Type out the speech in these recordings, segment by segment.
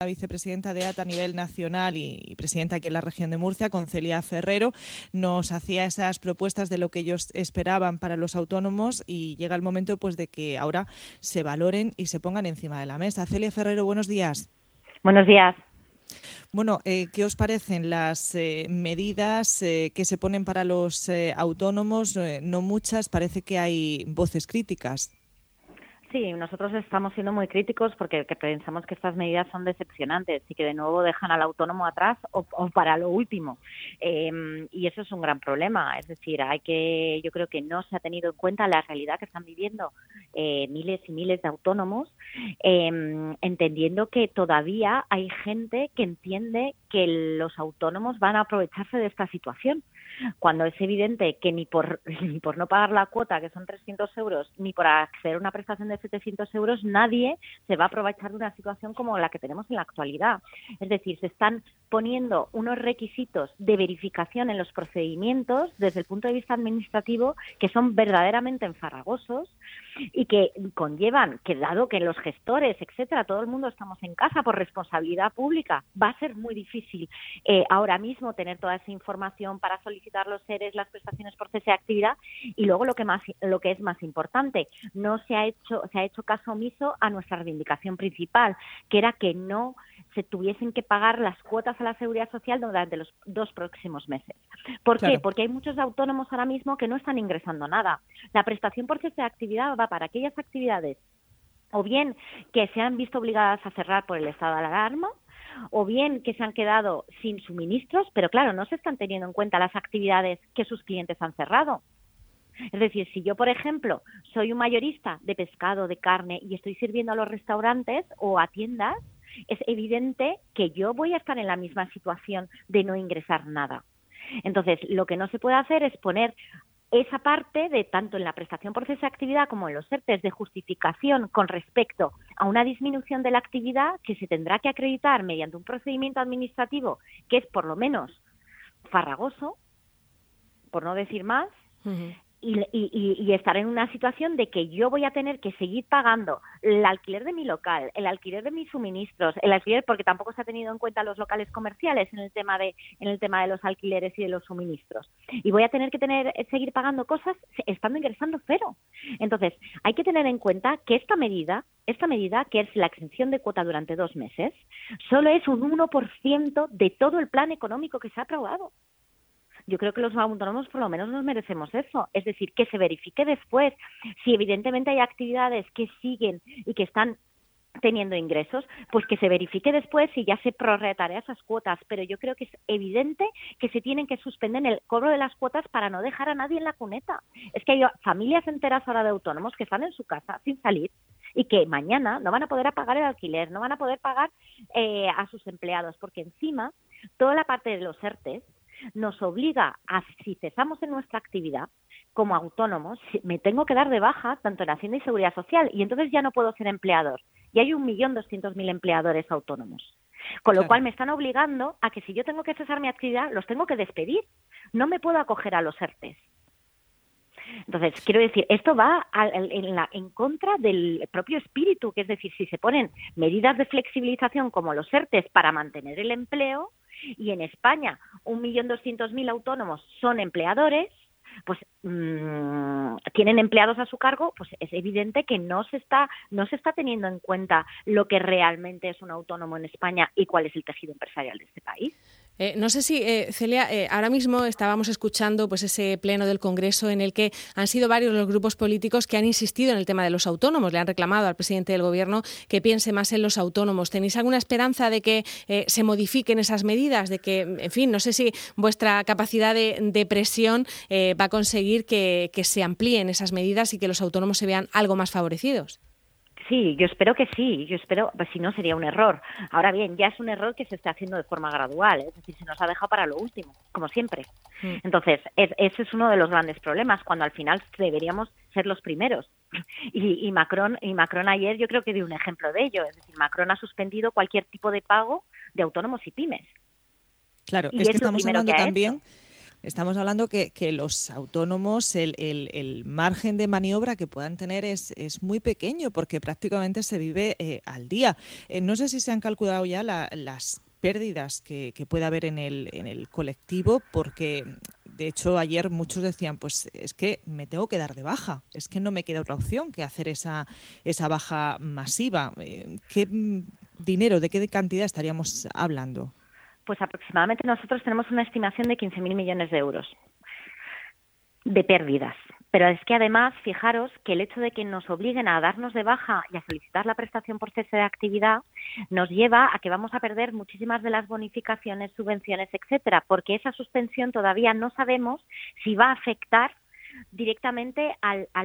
la vicepresidenta de ATA a nivel nacional y presidenta aquí en la región de Murcia, con Celia Ferrero, nos hacía esas propuestas de lo que ellos esperaban para los autónomos y llega el momento pues de que ahora se valoren y se pongan encima de la mesa. Celia Ferrero, buenos días. Buenos días. Bueno, ¿qué os parecen las medidas que se ponen para los autónomos? No muchas, parece que hay voces críticas. Sí, nosotros estamos siendo muy críticos porque pensamos que estas medidas son decepcionantes y que de nuevo dejan al autónomo atrás o para lo último. Y eso es un gran problema. Es decir, yo creo que no se ha tenido en cuenta la realidad que están viviendo miles y miles de autónomos, entendiendo que todavía hay gente que entiende que los autónomos van a aprovecharse de esta situación, cuando es evidente que ni por no pagar la cuota, que son 300 euros, ni por acceder a una prestación de 700 euros, nadie se va a aprovechar de una situación como la que tenemos en la actualidad. Es decir, se están poniendo unos requisitos de verificación en los procedimientos desde el punto de vista administrativo que son verdaderamente enfarragosos y que conllevan que, dado que los gestores, etcétera, todo el mundo estamos en casa por responsabilidad pública, va a ser muy difícil ahora mismo tener toda esa información para solicitar los ERES, las prestaciones por cese de actividad. Y luego lo que es más importante, no se ha hecho caso omiso a nuestra reivindicación principal, que era que no se tuviesen que pagar las cuotas a la Seguridad Social durante los 2 próximos meses. ¿Por qué? Porque hay muchos autónomos ahora mismo que no están ingresando nada. La prestación por cese de actividad va para aquellas actividades o bien que se han visto obligadas a cerrar por el estado de alarma, o bien que se han quedado sin suministros, pero claro, no se están teniendo en cuenta las actividades que sus clientes han cerrado. Es decir, si yo, por ejemplo, soy un mayorista de pescado, de carne, y estoy sirviendo a los restaurantes o a tiendas, es evidente que yo voy a estar en la misma situación de no ingresar nada. Entonces, lo que no se puede hacer es poner esa parte de tanto en la prestación por cese de actividad como en los ERTEs de justificación con respecto a una disminución de la actividad que se tendrá que acreditar mediante un procedimiento administrativo que es por lo menos farragoso, por no decir más, y estar en una situación de que yo voy a tener que seguir pagando el alquiler de mi local, el alquiler de mis suministros, el alquiler, porque tampoco se ha tenido en cuenta los locales comerciales en el tema de los alquileres y de los suministros. Y voy a tener que seguir pagando cosas estando ingresando cero. Entonces, hay que tener en cuenta que esta medida, que es la exención de cuota durante 2 meses, solo es un 1% de todo el plan económico que se ha aprobado. Yo creo que los autónomos por lo menos nos merecemos eso, es decir, que se verifique después si evidentemente hay actividades que siguen y que están teniendo ingresos, pues que se verifique después si ya se prorrateará esas cuotas, pero yo creo que es evidente que se tienen que suspender el cobro de las cuotas para no dejar a nadie en la cuneta. Es que hay familias enteras ahora de autónomos que están en su casa sin salir y que mañana no van a poder pagar el alquiler, no van a poder pagar a sus empleados, porque encima toda la parte de los ERTEs nos obliga a, si cesamos en nuestra actividad como autónomos, me tengo que dar de baja tanto en Hacienda y Seguridad Social y entonces ya no puedo ser empleador. Y hay 1.200.000 empleadores autónomos. Con lo cual me están obligando a que si yo tengo que cesar mi actividad, los tengo que despedir. No me puedo acoger a los ERTEs. Entonces, quiero decir, esto va en contra del propio espíritu, que es decir, si se ponen medidas de flexibilización como los ERTEs para mantener el empleo, y en España 1.200.000 autónomos son empleadores, pues tienen empleados a su cargo, pues es evidente que no se está teniendo en cuenta lo que realmente es un autónomo en España y cuál es el tejido empresarial de este país. No sé si, Celia, ahora mismo estábamos escuchando pues ese pleno del Congreso en el que han sido varios los grupos políticos que han insistido en el tema de los autónomos. Le han reclamado al presidente del Gobierno que piense más en los autónomos. ¿Tenéis alguna esperanza de que se modifiquen esas medidas? De que, en fin, no sé si vuestra capacidad de presión va a conseguir que se amplíen esas medidas y que los autónomos se vean algo más favorecidos. Sí, yo espero que sí, pues si no sería un error. Ahora bien, ya es un error que se está haciendo de forma gradual, es decir, se nos ha dejado para lo último, como siempre. Entonces, ese es uno de los grandes problemas, cuando al final deberíamos ser los primeros. Y Macron ayer yo creo que dio un ejemplo de ello, es decir, Macron ha suspendido cualquier tipo de pago de autónomos y pymes. Claro, es que estamos hablando también Estamos hablando que los autónomos, el margen de maniobra que puedan tener es muy pequeño, porque prácticamente se vive al día. No sé si se han calculado ya las pérdidas que puede haber en el colectivo, porque de hecho ayer muchos decían, pues es que me tengo que dar de baja, es que no me queda otra opción que hacer esa baja masiva. ¿Qué dinero, de qué cantidad estaríamos hablando? Pues aproximadamente nosotros tenemos una estimación de 15.000 millones de euros de pérdidas. Pero es que además, fijaros que el hecho de que nos obliguen a darnos de baja y a solicitar la prestación por cese de actividad nos lleva a que vamos a perder muchísimas de las bonificaciones, subvenciones, etcétera, porque esa suspensión todavía no sabemos si va a afectar directamente a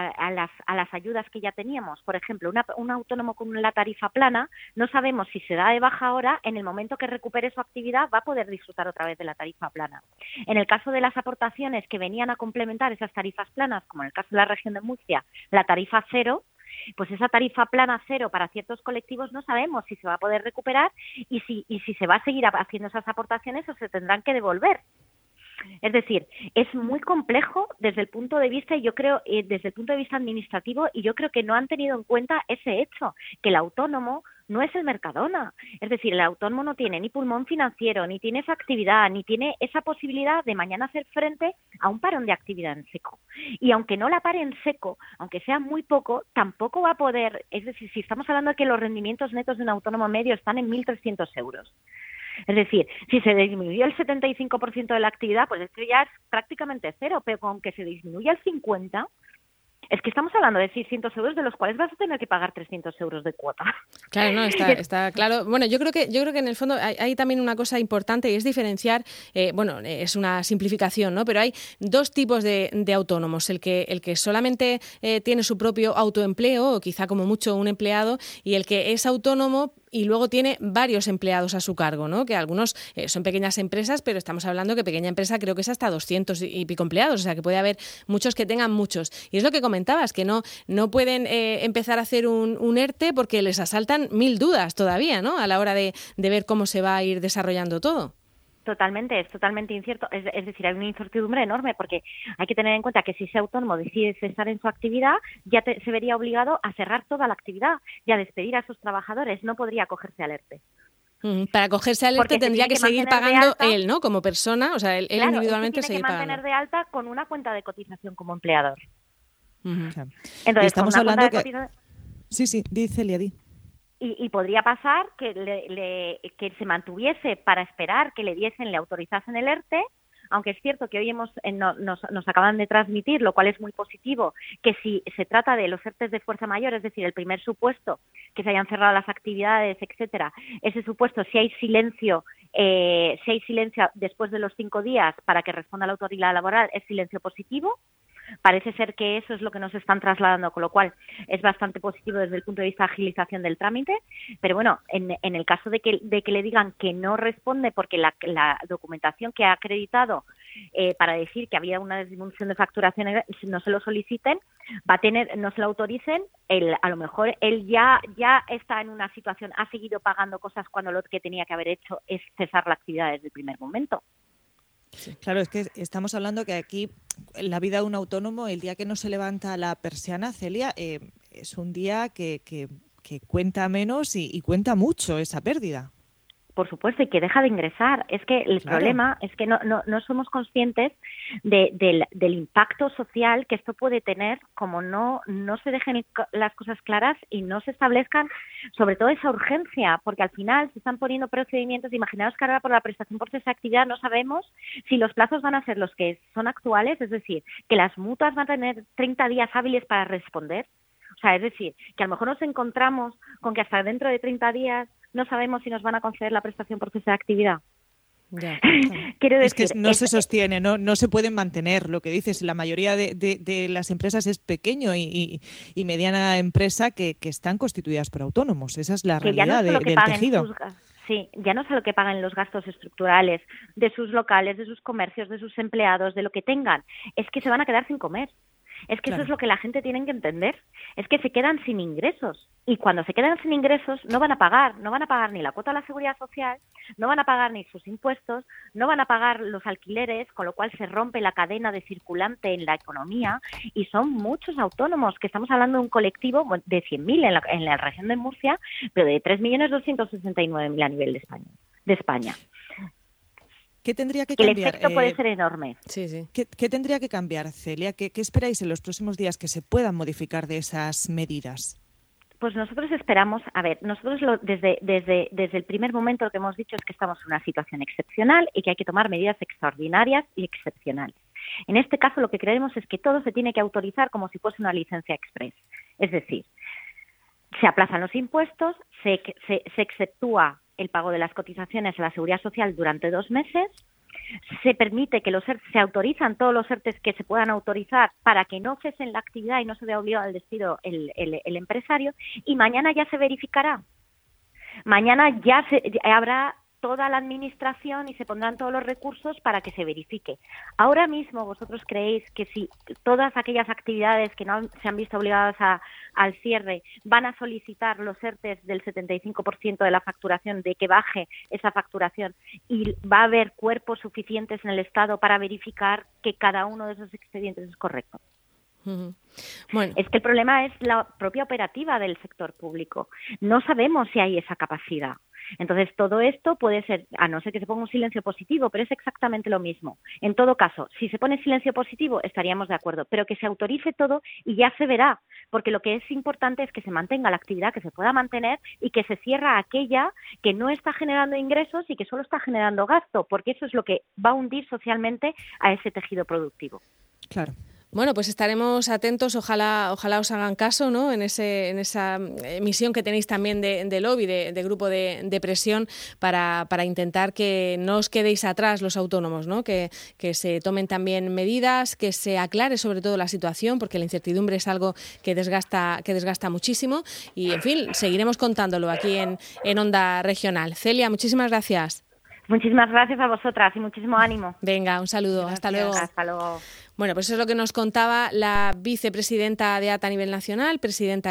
las ayudas que ya teníamos. Por ejemplo, un autónomo con la tarifa plana, no sabemos si se da de baja ahora, en el momento que recupere su actividad va a poder disfrutar otra vez de la tarifa plana. En el caso de las aportaciones que venían a complementar esas tarifas planas, como en el caso de la región de Murcia, la tarifa cero, pues esa tarifa plana cero para ciertos colectivos no sabemos si se va a poder recuperar y si se va a seguir haciendo esas aportaciones o se tendrán que devolver. Es decir, es muy complejo desde el punto de vista, y yo creo, desde el punto de vista administrativo, y yo creo que no han tenido en cuenta ese hecho, que el autónomo no es el Mercadona. Es decir, el autónomo no tiene ni pulmón financiero, ni tiene esa actividad, ni tiene esa posibilidad de mañana hacer frente a un parón de actividad en seco. Y aunque no la pare en seco, aunque sea muy poco, tampoco va a poder, es decir, si estamos hablando de que los rendimientos netos de un autónomo medio están en 1.300 euros. Es decir, si se disminuyó el 75% de la actividad, pues esto ya es prácticamente cero, pero con que se disminuya el 50%, es que estamos hablando de 600 euros, de los cuales vas a tener que pagar 300 euros de cuota. Claro, no, está claro. Bueno, yo creo que en el fondo hay también una cosa importante y es diferenciar, es una simplificación, ¿no? Pero hay dos tipos de autónomos, el que solamente tiene su propio autoempleo, o quizá como mucho un empleado, y el que es autónomo y luego tiene varios empleados a su cargo, ¿no? Que algunos son pequeñas empresas, pero estamos hablando que pequeña empresa creo que es hasta 200 y pico empleados, o sea que puede haber muchos que tengan muchos. Y es lo que comentabas, que no pueden empezar a hacer un ERTE porque les asaltan 1000 dudas todavía, ¿no? A la hora de ver cómo se va a ir desarrollando todo. Totalmente, es totalmente incierto. Es decir, hay una incertidumbre enorme porque hay que tener en cuenta que si ese autónomo decide cesar en su actividad, ya se vería obligado a cerrar toda la actividad y a despedir a esos trabajadores. No podría acogerse al ERTE. Para acogerse al ERTE tendría que seguir pagando él, ¿no? Como persona, o sea, él individualmente seguir pagando. Tiene que mantener de alta con una cuenta de cotización como empleador. Entonces, estamos hablando que... Sí, dice Celia, di. Y podría pasar que que se mantuviese para esperar que le autorizasen el ERTE, aunque es cierto que hoy nos acaban de transmitir, lo cual es muy positivo, que si se trata de los ERTEs de fuerza mayor, es decir, el primer supuesto, que se hayan cerrado las actividades, etcétera, ese supuesto, si hay silencio después de los 5 días para que responda la autoridad laboral, es silencio positivo. Parece ser que eso es lo que nos están trasladando, con lo cual es bastante positivo desde el punto de vista de agilización del trámite. Pero bueno, en el caso de que le digan que no responde porque la documentación que ha acreditado para decir que había una disminución de facturación no se lo soliciten, no se lo autoricen, a lo mejor él ya está en una situación, ha seguido pagando cosas cuando lo que tenía que haber hecho es cesar la actividad desde el primer momento. Claro, es que estamos hablando que aquí la vida de un autónomo, el día que no se levanta la persiana, Celia, es un día que cuenta menos y cuenta mucho esa pérdida. Por supuesto, y que deja de ingresar. Es que el problema es que no somos conscientes del impacto social que esto puede tener, como no se dejen las cosas claras y no se establezcan, sobre todo esa urgencia, porque al final se están poniendo procedimientos. Imaginaos que ahora por la prestación por cesa de actividad no sabemos si los plazos van a ser los que son actuales, es decir, que las mutuas van a tener 30 días hábiles para responder. O sea, es decir, que a lo mejor nos encontramos con que hasta dentro de 30 días no sabemos si nos van a conceder la prestación por cesa de actividad. Ya, quiero decir, es que no se sostiene, no se pueden mantener. Lo que dices, la mayoría de las empresas es pequeño y mediana empresa que están constituidas por autónomos. Esa es la realidad del tejido. Sí, ya no solo que paguen los gastos estructurales de sus locales, de sus comercios, de sus empleados, de lo que tengan, es que se van a quedar sin comer. Es que Claro. eso es lo que la gente tiene que entender. Es que se quedan sin ingresos. Y cuando se quedan sin ingresos no van a pagar ni la cuota de la seguridad social, no van a pagar ni sus impuestos, no van a pagar los alquileres, con lo cual se rompe la cadena de circulante en la economía, y son muchos autónomos, que estamos hablando de un colectivo de 100.000 en la región de Murcia, pero de 3.269.000 a nivel de España. ¿Qué tendría que El cambiar? efecto puede ser enorme. Sí. ¿Qué tendría que cambiar, Celia? ¿Qué esperáis en los próximos días que se puedan modificar de esas medidas? Pues nosotros esperamos, nosotros desde el primer momento lo que hemos dicho es que estamos en una situación excepcional y que hay que tomar medidas extraordinarias y excepcionales. En este caso lo que creemos es que todo se tiene que autorizar como si fuese una licencia express. Es decir, se aplazan los impuestos, se exceptúa el pago de las cotizaciones a la Seguridad Social durante 2 meses, se permite que se autorizan todos los ERTEs que se puedan autorizar para que no cesen la actividad y no se vea obligado al despido el empresario, y mañana ya se verificará. Mañana ya habrá toda la administración y se pondrán todos los recursos para que se verifique. Ahora mismo, ¿vosotros creéis que si todas aquellas actividades que no se han visto obligadas al cierre van a solicitar los ERTEs del 75% de la facturación, de que baje esa facturación, y va a haber cuerpos suficientes en el Estado para verificar que cada uno de esos expedientes es correcto? Bueno. Es que el problema es la propia operativa del sector público. No sabemos si hay esa capacidad. Entonces, todo esto puede ser, a no ser que se ponga un silencio positivo, pero es exactamente lo mismo. En todo caso, si se pone silencio positivo, estaríamos de acuerdo, pero que se autorice todo y ya se verá, porque lo que es importante es que se mantenga la actividad, que se pueda mantener, y que se cierra aquella que no está generando ingresos y que solo está generando gasto, porque eso es lo que va a hundir socialmente a ese tejido productivo. Claro. Bueno, pues estaremos atentos, ojalá os hagan caso, ¿no? En esa misión que tenéis también de lobby, de grupo de presión, para intentar que no os quedéis atrás los autónomos, ¿no? Que se tomen también medidas, que se aclare sobre todo la situación, porque la incertidumbre es algo que desgasta muchísimo, y en fin, seguiremos contándolo aquí en Onda Regional. Celia, muchísimas gracias. Muchísimas gracias a vosotras y muchísimo ánimo. Venga, un saludo. Gracias. Hasta luego. Hasta luego. Bueno, pues eso es lo que nos contaba la vicepresidenta de ATA a nivel nacional, presidenta